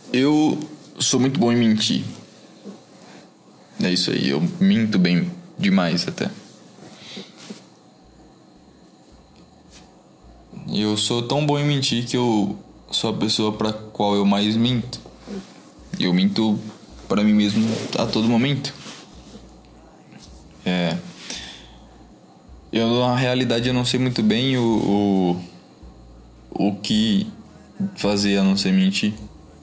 Eu sou muito bom em mentir. É isso aí, eu minto bem demais até. Eu sou tão bom em mentir que eu sou a pessoa pra qual eu mais minto. Eu minto pra mim mesmo a todo momento. Eu na realidade eu não sei muito bem o que fazer a não ser mentir.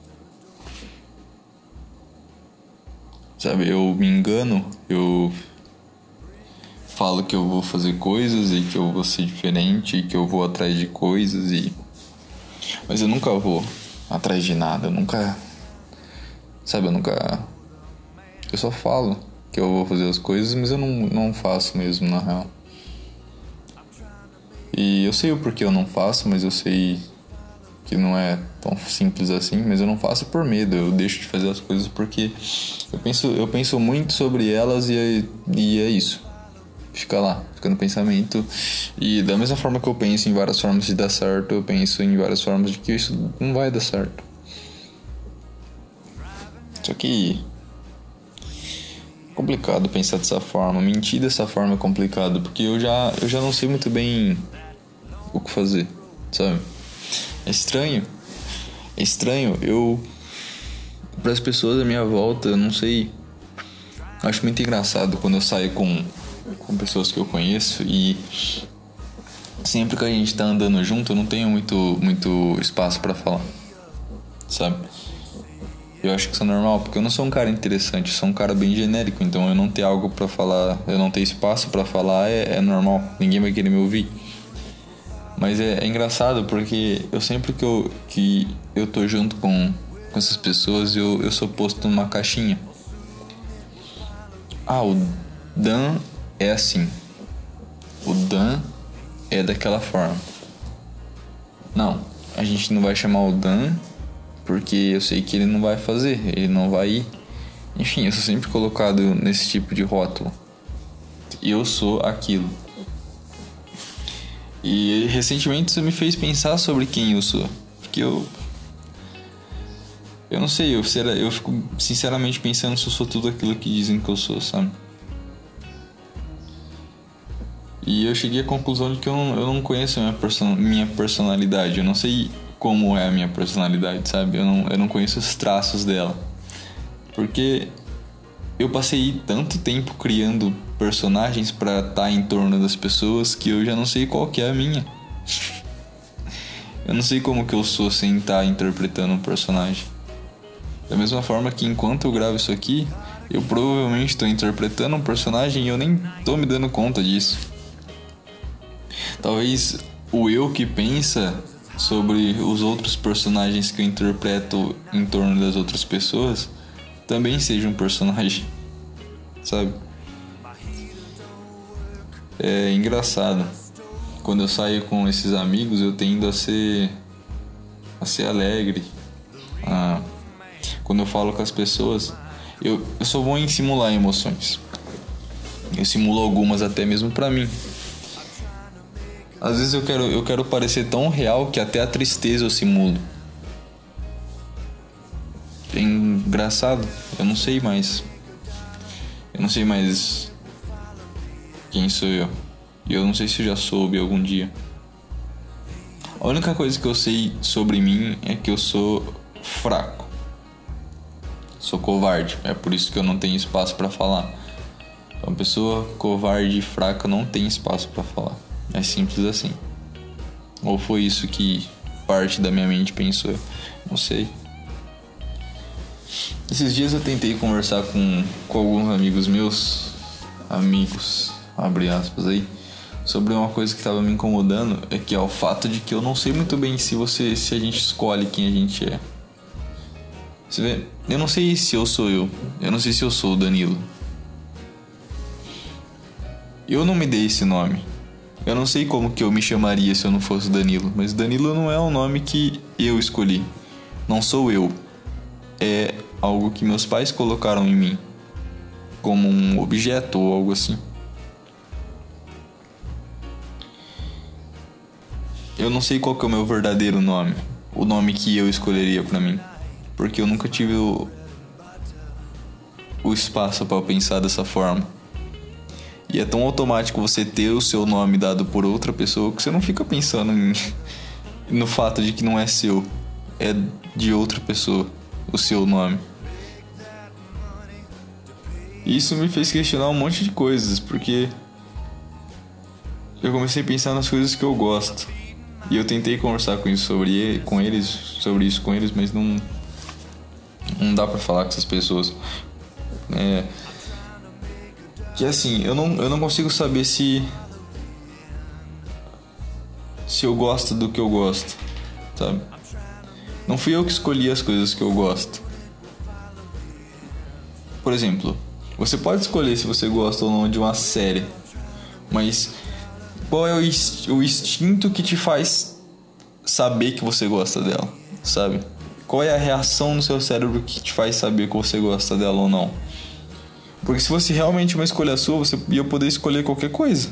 Sabe, eu me engano, eu falo que eu vou fazer coisas e que eu vou ser diferente e que eu vou atrás de coisas e... Mas eu nunca vou atrás de nada, eu nunca... Sabe, eu nunca... Eu só falo que eu vou fazer as coisas, mas eu não faço mesmo, na real. E eu sei o porquê eu não faço, mas eu sei que não é tão simples assim, mas eu não faço por medo, eu deixo de fazer as coisas porque eu penso muito sobre elas e é isso. Fica lá, fica no pensamento. E da mesma forma que eu penso em várias formas de dar certo, eu penso em várias formas de que isso não vai dar certo. Só que é complicado pensar dessa forma, mentir dessa forma é complicado, porque eu já não sei muito bem o que fazer, sabe? É estranho. É estranho. Para as pessoas à minha volta, eu não sei. Acho muito engraçado quando eu saio com pessoas que eu conheço e sempre que a gente tá andando junto, eu não tenho muito espaço pra falar, sabe? Eu acho que isso é normal, porque eu não sou um cara interessante, eu sou um cara bem genérico, então eu não ter algo pra falar, eu não ter espaço pra falar é normal, ninguém vai querer me ouvir. Mas é engraçado porque eu sempre que eu tô junto com essas pessoas, eu sou posto numa caixinha. Ah, o Dan é assim. O Dan é daquela forma. Não, a gente não vai chamar o Dan porque eu sei que ele não vai fazer, ele não vai ir. Enfim, eu sou sempre colocado nesse tipo de rótulo. Eu sou aquilo. E recentemente isso me fez pensar sobre quem eu sou. Porque eu não sei, eu fico sinceramente pensando se eu sou tudo aquilo que dizem que eu sou, sabe? E eu cheguei à conclusão de que eu não conheço a minha personalidade. Eu não sei como é a minha personalidade, sabe? Eu não conheço os traços dela. Porque eu passei tanto tempo criando personagens pra estar em torno das pessoas que eu já não sei qual que é a minha. Eu não sei como que eu sou sem estar interpretando um personagem. Da mesma forma que enquanto eu gravo isso aqui, eu provavelmente estou interpretando um personagem e eu nem tô me dando conta disso. Talvez o eu que pensa sobre os outros personagens que eu interpreto em torno das outras pessoas também seja um personagem, sabe? É engraçado. Quando eu saio com esses amigos, eu tendo a ser alegre. Quando eu falo com as pessoas, eu sou bom em simular emoções. Eu simulo algumas até mesmo pra mim. Às vezes eu quero parecer tão real que até a tristeza eu simulo. É engraçado, eu não sei mais. Eu não sei mais quem sou eu. E eu não sei se eu já soube algum dia. A única coisa que eu sei sobre mim é que eu sou fraco. Sou covarde, é por isso que eu não tenho espaço pra falar. Uma pessoa covarde e fraca não tem espaço pra falar. É simples assim. Ou foi isso que parte da minha mente pensou? Não sei. Esses dias eu tentei conversar com alguns amigos meus. Amigos, abre aspas aí. Sobre uma coisa que estava me incomodando. É que é o fato de que eu não sei muito bem se a gente escolhe quem a gente é. Você vê? Eu não sei se eu sou eu. Eu não sei se eu sou o Danilo. Eu não me dei esse nome. Eu não sei como que eu me chamaria se eu não fosse Danilo. Mas Danilo não é um nome que eu escolhi. Não sou eu. É algo que meus pais colocaram em mim. Como um objeto ou algo assim. Eu não sei qual que é o meu verdadeiro nome. O nome que eu escolheria pra mim. porque eu nunca tive o espaço para pensar dessa forma. E é tão automático você ter o seu nome dado por outra pessoa que você não fica pensando no fato de que não é seu, é de outra pessoa o seu nome. Isso me fez questionar um monte de coisas, porque eu comecei a pensar nas coisas que eu gosto. E eu tentei conversar com isso com eles, mas não dá pra falar com essas pessoas. Que assim, eu não consigo saber se eu gosto do que eu gosto, sabe? Não fui eu que escolhi as coisas que eu gosto. Por exemplo, você pode escolher se você gosta ou não de uma série, mas qual é o instinto que te faz saber que você gosta dela, sabe? Qual é a reação no seu cérebro que te faz saber que você gosta dela ou não? Porque se fosse realmente uma escolha sua, você ia poder escolher qualquer coisa.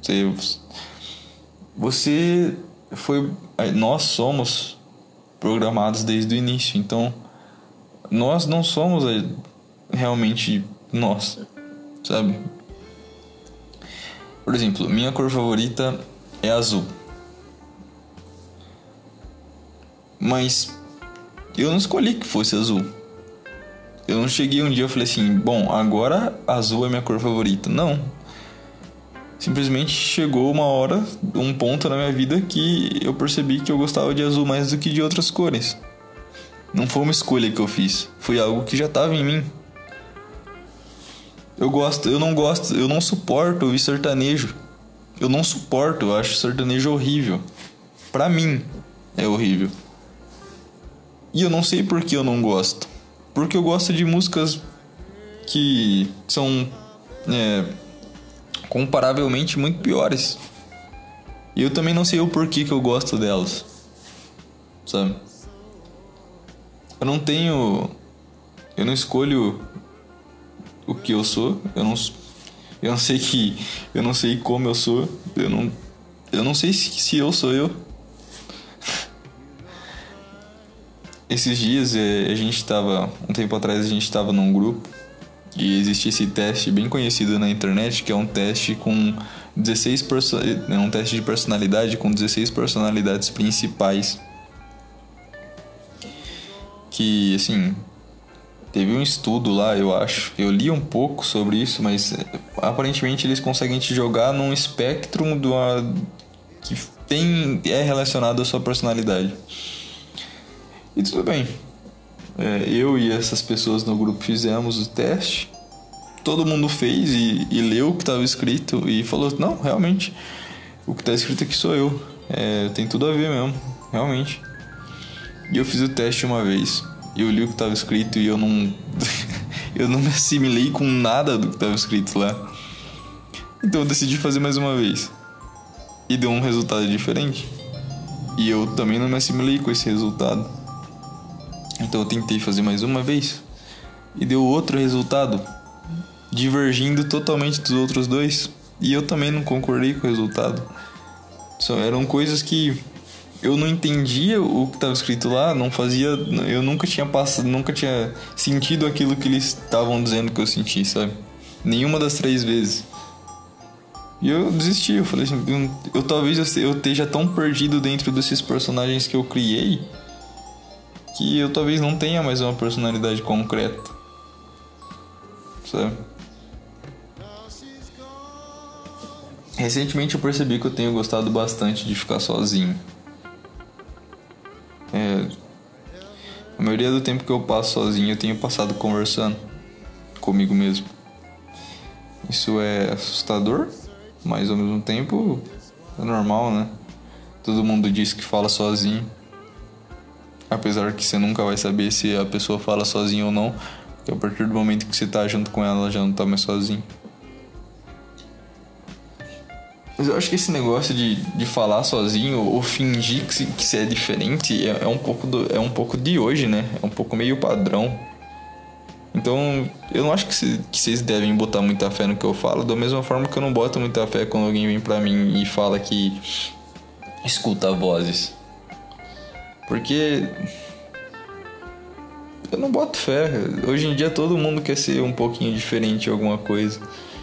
Nós somos programados desde o início, então nós não somos realmente nós, sabe? Por exemplo, minha cor favorita é azul. Mas eu não escolhi que fosse azul. Eu não cheguei um dia e falei assim, bom, agora azul é minha cor favorita. Não. Simplesmente chegou uma hora, um ponto na minha vida que eu percebi que eu gostava de azul mais do que de outras cores. Não foi uma escolha que eu fiz. Foi algo que já estava em mim. Eu não suporto ouvir sertanejo. Eu não suporto, eu acho sertanejo horrível. Pra mim, é horrível. E eu não sei por que eu não gosto. Porque eu gosto de músicas que são comparavelmente muito piores. E eu também não sei o porquê que eu gosto delas, sabe? Eu não escolho o que eu sou. Eu não sei como eu sou. Eu não sei se eu sou eu. Esses dias um tempo atrás a gente estava num grupo e existe esse teste bem conhecido na internet, que é um teste com um teste de personalidade com 16 personalidades principais. Que, assim, teve um estudo lá, eu acho. Eu li um pouco sobre isso, mas aparentemente eles conseguem te jogar num espectro que é relacionado à sua personalidade. E tudo bem. Eu e essas pessoas no grupo fizemos o teste. Todo mundo fez e leu o que estava escrito e falou, não, realmente, o que está escrito aqui sou eu. Tem tudo a ver mesmo, realmente. E eu fiz o teste uma vez. Eu li o que estava escrito e eu não eu não me assimilei com nada do que estava escrito lá. Então eu decidi fazer mais uma vez. E deu um resultado diferente. E eu também não me assimilei com esse resultado. Então eu tentei fazer mais uma vez e deu outro resultado, divergindo totalmente dos outros dois. E eu também não concordei com o resultado. Eram coisas que eu não entendia o que estava escrito lá, não fazia. Eu nunca tinha sentido aquilo que eles estavam dizendo que eu senti, sabe? Nenhuma das 3 vezes. E eu desisti, eu falei assim, talvez eu esteja tão perdido dentro desses personagens que eu criei que eu talvez não tenha mais uma personalidade concreta, sabe? Recentemente eu percebi que eu tenho gostado bastante de ficar sozinho. A maioria do tempo que eu passo sozinho eu tenho passado conversando comigo mesmo. Isso é assustador, mas ao mesmo tempo é normal, né? Todo mundo diz que fala sozinho. Apesar que você nunca vai saber se a pessoa fala sozinha ou não, porque a partir do momento que você tá junto com ela, já não tá mais sozinho. Mas eu acho que esse negócio de falar sozinho ou fingir que você é diferente é um pouco de hoje, né? É um pouco meio padrão. Então, eu não acho que vocês devem botar muita fé no que eu falo, da mesma forma que eu não boto muita fé quando alguém vem pra mim e fala que escuta vozes. Porque Eu não boto fé. Hoje em dia todo mundo quer ser um pouquinho diferente em alguma coisa.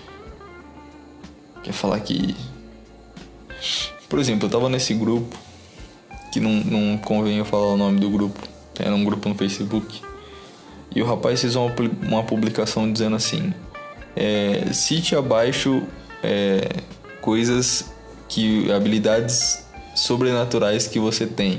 Quer falar que... Por exemplo, eu tava nesse grupo, que não convém eu falar o nome do grupo. Era um grupo no Facebook. E o rapaz fez uma publicação dizendo assim: cite abaixo coisas habilidades sobrenaturais que você tem.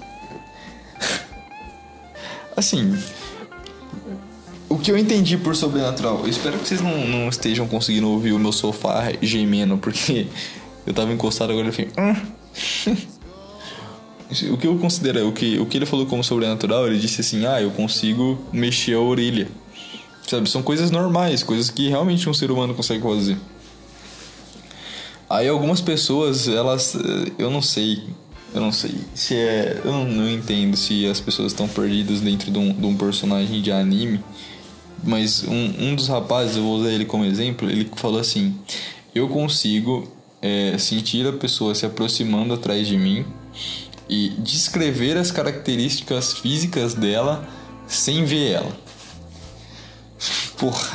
Assim, o que eu entendi por sobrenatural, eu espero que vocês não estejam conseguindo ouvir o meu sofá gemendo, porque eu tava encostado agora e falei... O que eu considero, o que ele falou como sobrenatural, ele disse assim: eu consigo mexer a orelha. Sabe, são coisas normais, coisas que realmente um ser humano consegue fazer. Aí algumas pessoas, elas... Eu não sei se eu não entendo se as pessoas estão perdidas dentro de um personagem de anime. Mas um dos rapazes, eu vou usar ele como exemplo, ele falou assim: eu consigo sentir a pessoa se aproximando atrás de mim e descrever as características físicas dela sem ver ela. Porra.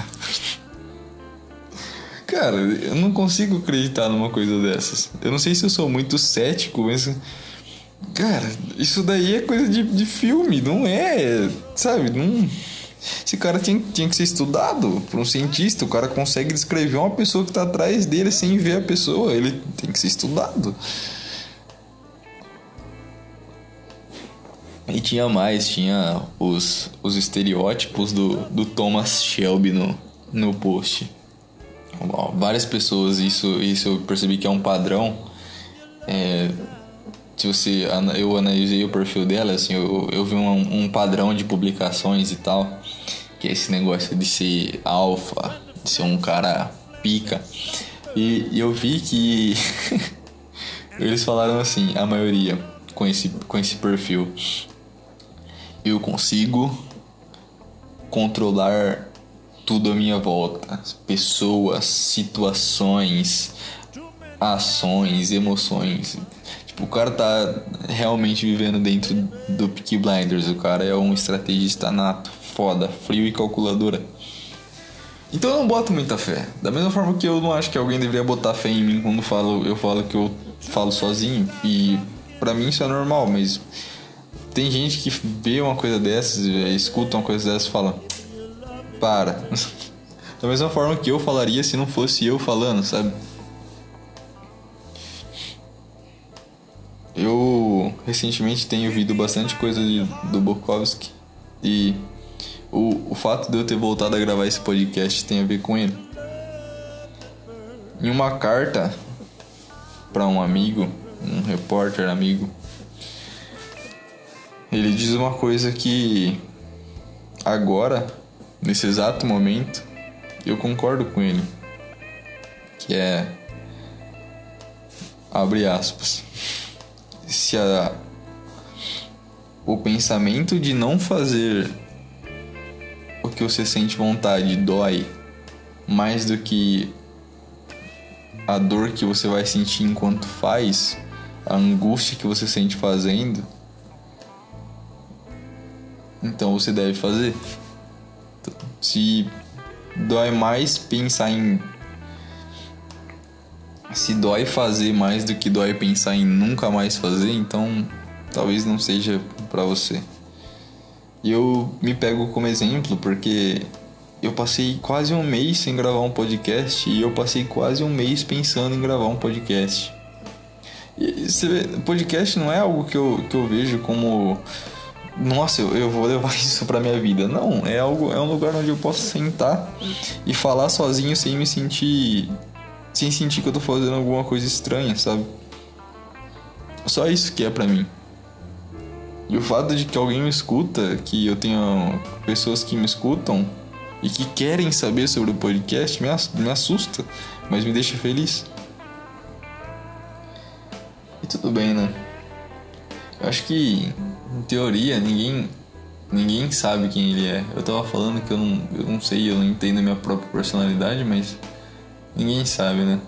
Cara, eu não consigo acreditar numa coisa dessas. Eu não sei se eu sou muito cético, mas... Cara, isso daí é coisa de filme, não é... Sabe, não... Esse cara tinha que ser estudado por um cientista. O cara consegue descrever uma pessoa que tá atrás dele sem ver a pessoa. Ele tem que ser estudado. E tinha os estereótipos do Thomas Shelby no post. Várias pessoas, isso eu percebi que é um padrão. Eu analisei o perfil dela, assim, eu vi um padrão de publicações e tal, que é esse negócio de ser alfa, de ser um cara pica. E eu vi que eles falaram assim, a maioria, com esse perfil: eu consigo controlar tudo à minha volta, pessoas, situações, ações, emoções. Tipo, o cara tá realmente vivendo dentro do Peaky Blinders. O cara é um estrategista nato, foda, frio e calculadora. Então eu não boto muita fé. Da mesma forma que eu não acho que alguém deveria botar fé em mim quando eu falo que eu falo sozinho. E pra mim isso é normal, mas tem gente que vê uma coisa dessas, escuta uma coisa dessas e fala: para. Da mesma forma que eu falaria se não fosse eu falando, sabe? Eu recentemente tenho ouvido bastante coisa do Bukowski. E o fato de eu ter voltado a gravar esse podcast tem a ver com ele. Em uma carta para um amigo, um repórter amigo, ele diz uma coisa que agora, nesse exato momento, eu concordo com ele, que é, abre aspas: se o pensamento de não fazer o que você sente vontade dói mais do que a dor que você vai sentir enquanto faz, a angústia que você sente fazendo, então você deve fazer. Se dói mais pensar em... Se dói fazer mais do que dói pensar em nunca mais fazer, então talvez não seja pra você. E eu me pego como exemplo porque eu passei quase um mês sem gravar um podcast e eu passei quase um mês pensando em gravar um podcast. E você vê, podcast não é algo que eu vejo como... Nossa, eu vou levar isso pra minha vida. Não, é um lugar onde eu posso sentar e falar sozinho sem sentir que eu tô fazendo alguma coisa estranha, sabe? Só isso que é pra mim. E o fato de que alguém me escuta, que eu tenho pessoas que me escutam e que querem saber sobre o podcast, me assusta, mas me deixa feliz. E tudo bem, né? Eu acho que, em teoria, ninguém sabe quem ele é. Eu tava falando que eu não sei, eu não entendo a minha própria personalidade, mas ninguém sabe, né?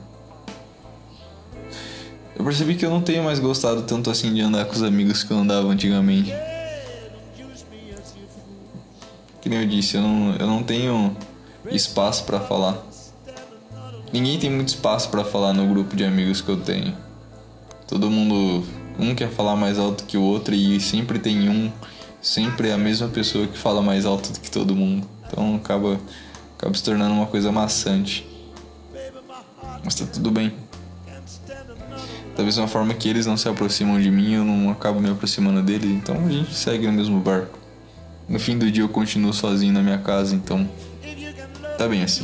Eu percebi que eu não tenho mais gostado tanto assim de andar com os amigos que eu andava antigamente. que nem eu disse, eu não tenho espaço pra falar. Ninguém tem muito espaço pra falar no grupo de amigos que eu tenho. Todo mundo, um quer falar mais alto que o outro e sempre tem sempre a mesma pessoa que fala mais alto do que todo mundo. Então acaba se tornando uma coisa maçante. Mas tá tudo bem. Da mesma forma que eles não se aproximam de mim, eu não acabo me aproximando deles. Então a gente segue no mesmo barco. No fim do dia eu continuo sozinho na minha casa, então tá bem assim.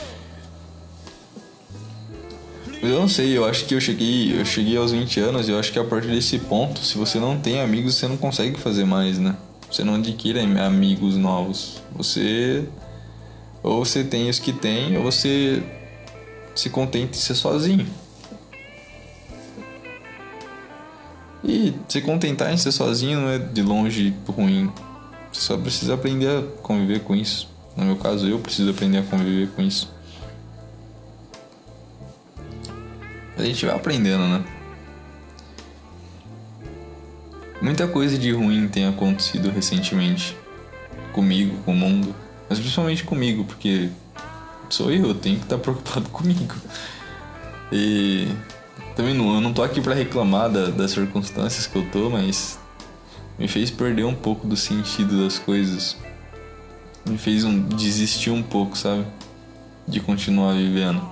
Eu não sei, eu acho que eu cheguei aos 20 anos e eu acho que a partir desse ponto, se você não tem amigos, você não consegue fazer mais, né? Você não adquire amigos novos. Ou você tem os que tem, ou você se contenta em ser sozinho. E se contentar em ser sozinho não é de longe ruim. Você só precisa aprender a conviver com isso. No meu caso, eu preciso aprender a conviver com isso. A gente vai aprendendo, né? Muita coisa de ruim tem acontecido recentemente. Comigo, com o mundo. Mas principalmente comigo, porque sou eu tenho que estar preocupado comigo. E também eu não tô aqui pra reclamar das circunstâncias que eu tô, mas me fez perder um pouco do sentido das coisas. Me fez desistir um pouco, sabe? De continuar vivendo.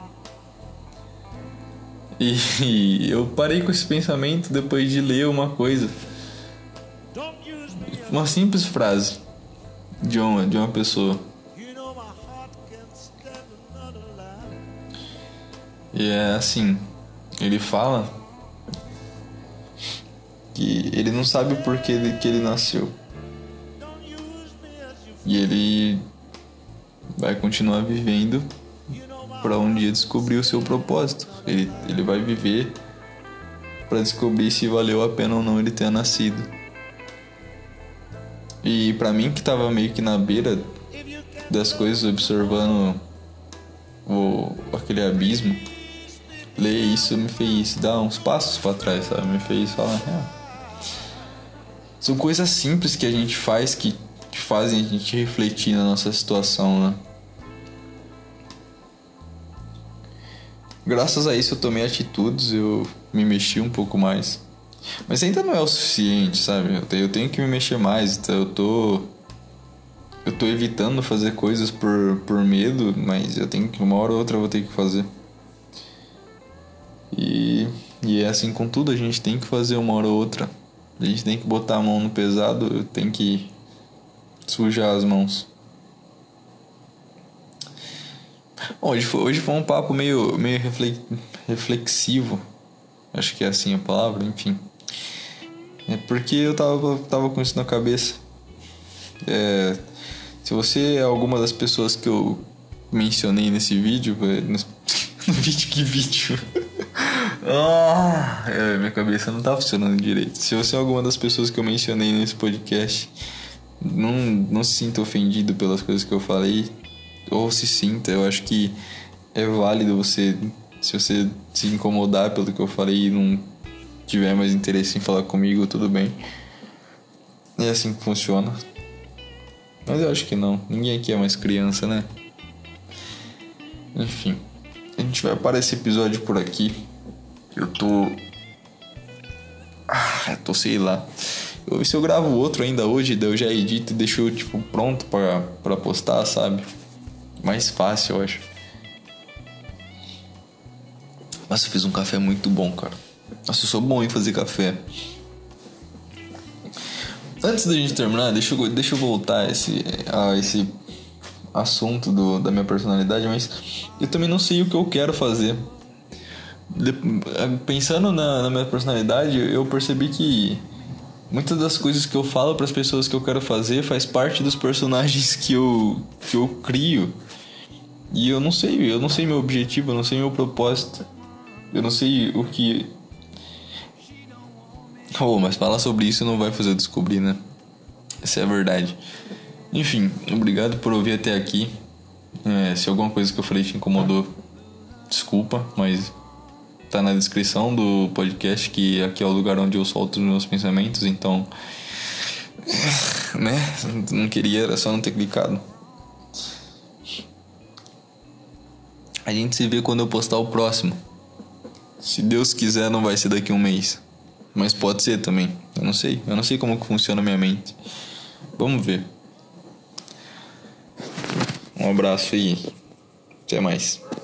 E eu parei com esse pensamento depois de ler uma coisa. Uma simples frase de uma pessoa. E é assim, ele fala que ele não sabe o porquê que ele nasceu. E ele vai continuar vivendo para um dia descobrir o seu propósito. Ele vai viver para descobrir se valeu a pena ou não ele ter nascido. E para mim que tava meio que na beira das coisas, observando aquele abismo, ler isso me fez dar uns passos para trás, sabe? Me fez falar, são coisas simples que a gente faz que fazem a gente refletir na nossa situação, né? Graças a isso eu tomei atitudes, eu me mexi um pouco mais. Mas ainda não é o suficiente, sabe? Eu tenho que me mexer mais, então eu tô evitando fazer coisas por medo, mas eu tenho que, uma hora ou outra eu vou ter que fazer. E é assim com tudo, a gente tem que fazer uma hora ou outra. A gente tem que botar a mão no pesado, tem que sujar as mãos. Bom, hoje foi um papo meio reflexivo. Acho que é assim a palavra, enfim. É porque eu tava com isso na cabeça. Se você é alguma das pessoas que eu mencionei nesse vídeo... No vídeo, que vídeo? Minha cabeça não tá funcionando direito. Se você é alguma das pessoas que eu mencionei nesse podcast, não se sinta ofendido pelas coisas que eu falei. Ou se sinta, eu acho que é válido você... Se você se incomodar pelo que eu falei e não tiver mais interesse em falar comigo, tudo bem. É assim que funciona. Mas eu acho que não. Ninguém aqui é mais criança, né? Enfim. A gente vai parar esse episódio por aqui. Eu tô sei lá. Eu vou ver se eu gravo outro ainda hoje, daí eu já edito e deixo pronto pra postar, sabe? Mais fácil, eu acho. Nossa, eu fiz um café muito bom, cara. Nossa, eu sou bom em fazer café. Antes da gente terminar, deixa eu voltar a esse assunto da minha personalidade, mas eu também não sei o que eu quero fazer. Pensando na minha personalidade, eu percebi que muitas das coisas que eu falo para as pessoas que eu quero fazer faz parte dos personagens que eu crio. E eu não sei meu objetivo, eu não sei meu propósito. Eu não sei o que... mas falar sobre isso não vai fazer eu descobrir, né? Essa é a verdade. Enfim, obrigado por ouvir até aqui. Se alguma coisa que eu falei te incomodou, desculpa, mas tá na descrição do podcast que aqui é o lugar onde eu solto os meus pensamentos. Então, Né? Não queria, era só não ter clicado. A gente se vê quando eu postar o próximo. Se Deus quiser, não vai ser daqui a um mês. Mas pode ser também. Eu não sei. Eu não sei como que funciona a minha mente. Vamos ver. Um abraço e até mais.